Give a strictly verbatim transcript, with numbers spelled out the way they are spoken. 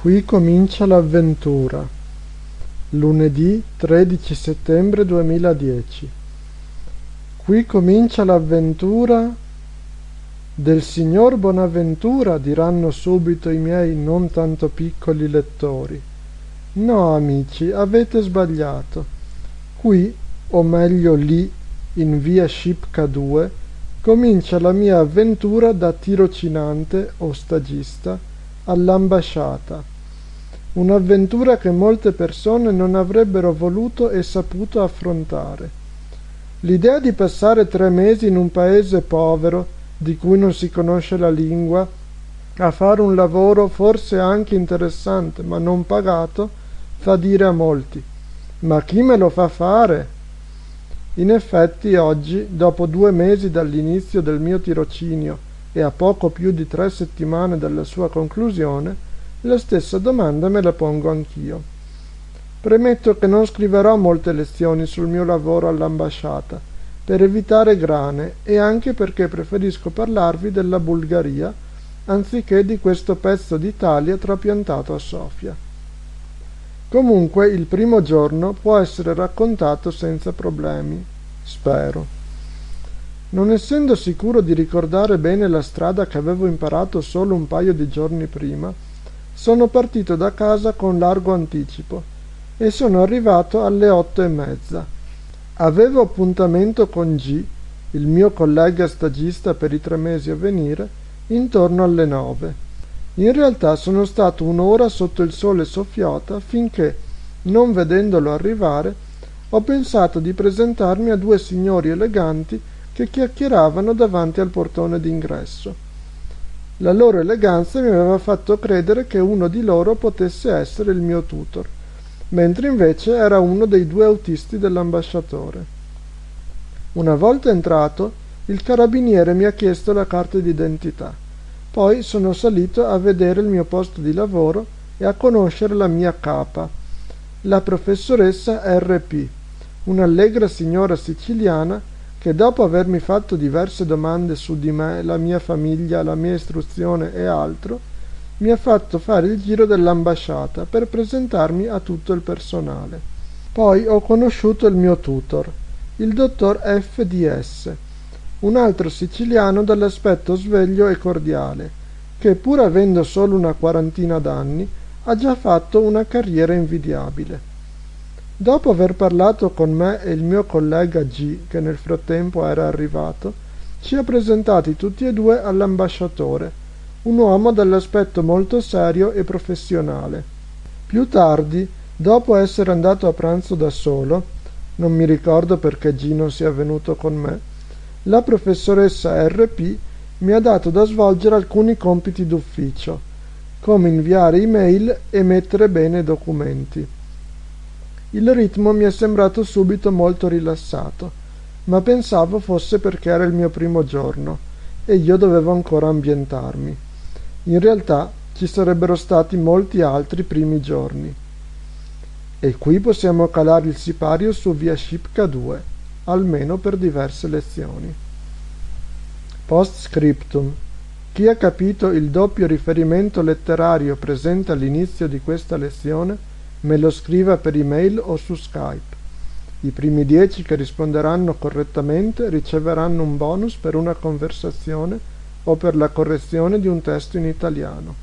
Qui comincia l'avventura. Lunedì tredici settembre duemiladieci. Qui comincia l'avventura del signor Bonaventura, diranno subito i miei non tanto piccoli lettori. No, amici, avete sbagliato. Qui, o meglio lì, in via Scipca due, comincia la mia avventura da tirocinante o stagista all'ambasciata. Un'avventura che molte persone non avrebbero voluto e saputo affrontare. L'idea di passare tre mesi in un paese povero, di cui non si conosce la lingua, a fare un lavoro forse anche interessante ma non pagato, fa dire a molti: ma chi me lo fa fare? In effetti oggi, dopo due mesi dall'inizio del mio tirocinio e a poco più di tre settimane dalla sua conclusione, la stessa domanda me la pongo anch'io. Premetto che non scriverò molte lezioni sul mio lavoro all'ambasciata, per evitare grane e anche perché preferisco parlarvi della Bulgaria, anziché di questo pezzo d'Italia trapiantato a Sofia. Comunque il primo giorno può essere raccontato senza problemi, spero. Non essendo sicuro di ricordare bene la strada che avevo imparato solo un paio di giorni prima, sono partito da casa con largo anticipo e sono arrivato alle otto e mezza. Avevo appuntamento con G, il mio collega stagista per i tre mesi a venire, intorno alle nove. In realtà sono stato un'ora sotto il sole soffiota finché, non vedendolo arrivare, ho pensato di presentarmi a due signori eleganti che chiacchieravano davanti al portone d'ingresso. La loro eleganza mi aveva fatto credere che uno di loro potesse essere il mio tutor, mentre invece era uno dei due autisti dell'ambasciatore. Una volta entrato, il carabiniere mi ha chiesto la carta d'identità. Poi sono salito a vedere il mio posto di lavoro e a conoscere la mia capa, la professoressa R P, un'allegra signora siciliana che dopo avermi fatto diverse domande su di me, la mia famiglia, la mia istruzione e altro, mi ha fatto fare il giro dell'ambasciata per presentarmi a tutto il personale. Poi ho conosciuto il mio tutor, il dottor F D S, un altro siciliano dall'aspetto sveglio e cordiale, che pur avendo solo una quarantina d'anni ha già fatto una carriera invidiabile. Dopo aver parlato con me e il mio collega G, che nel frattempo era arrivato, ci ha presentati tutti e due all'ambasciatore, un uomo dall'aspetto molto serio e professionale. Più tardi, dopo essere andato a pranzo da solo, non mi ricordo perché G non sia venuto con me, la professoressa R P mi ha dato da svolgere alcuni compiti d'ufficio, come inviare email e mettere bene i documenti. Il ritmo mi è sembrato subito molto rilassato, ma pensavo fosse perché era il mio primo giorno e io dovevo ancora ambientarmi. In realtà ci sarebbero stati molti altri primi giorni. E qui possiamo calare il sipario su via Scipca due, almeno per diverse lezioni. Post scriptum. Chi ha capito il doppio riferimento letterario presente all'inizio di questa lezione me lo scriva per email o su Skype. I primi dieci che risponderanno correttamente riceveranno un bonus per una conversazione o per la correzione di un testo in italiano.